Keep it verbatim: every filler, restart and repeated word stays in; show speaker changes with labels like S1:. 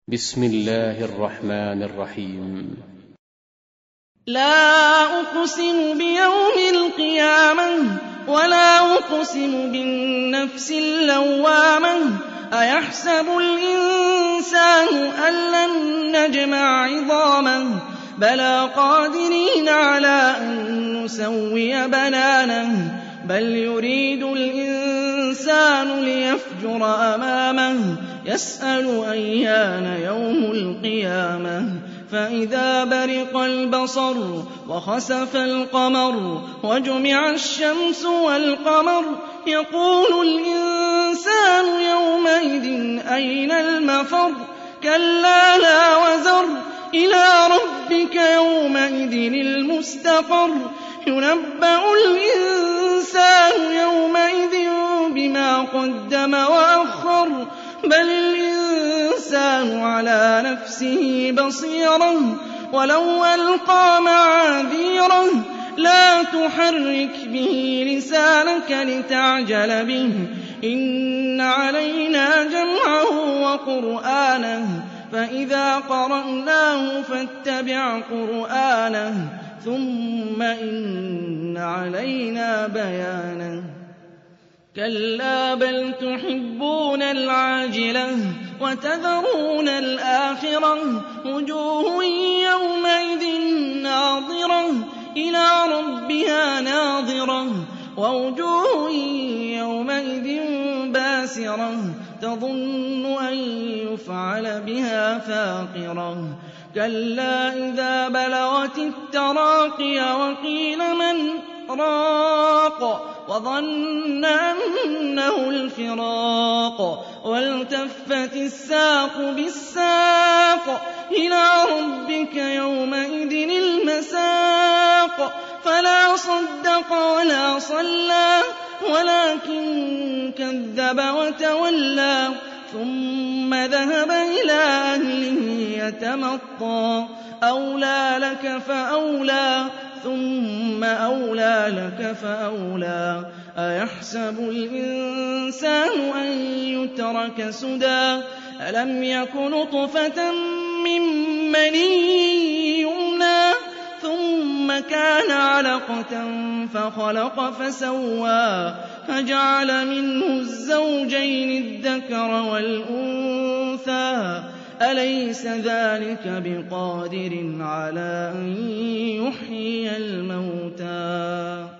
S1: بسم الله الرحمن الرحيم.
S2: لا أقسم بيوم القيامة ولا أقسم بالنفس اللوامة أيحسب الإنسان أن لن نجمع عظامه بلى قادرين على أن نسوي بنانه بل يريد الإنسان ليفجر أمامه يسأل أيان يوم القيامة فإذا برق البصر وخسف القمر وجمع الشمس والقمر يقول الإنسان يومئذ أين المفر كلا لا وزر إلى ربك يومئذ المستقر ينبأ الإنسان يومئذ بما قدم وأخر بل الإنسان على نفسه بصيرة ولو ألقى معاذيره لا تحرك به لسانك لتعجل به إن علينا جمعه وقرآنه فإذا قرأناه فاتبع قرآنه ثم إن علينا بيانه كلا بل تحبون العاجلة وتذرون الآخرة وجوه يومئذ ناظرة إلى ربها ناظرة ووجوه يومئذ باسرة تظن أن يفعل بها فاقرة كلا إذا بلغت التراقي وقيل من راق وظن أنه الفراق والتفت الساق بالساق إلى ربك يومئذ المساق فلا صدق ولا صلى ولكن كذب وتولى ثم ذهب إلى أهله يتمطى أولى لك فأولى ثم أولى لك فأولى أيحسب الإنسان أن يترك سدى ألم يك نطفة من مني يمنى ثم كان علقة فخلق فسوى فجعل منه الزوجين الذكر والأنثى أليس ذلك بقادر على أن يحيي الموتى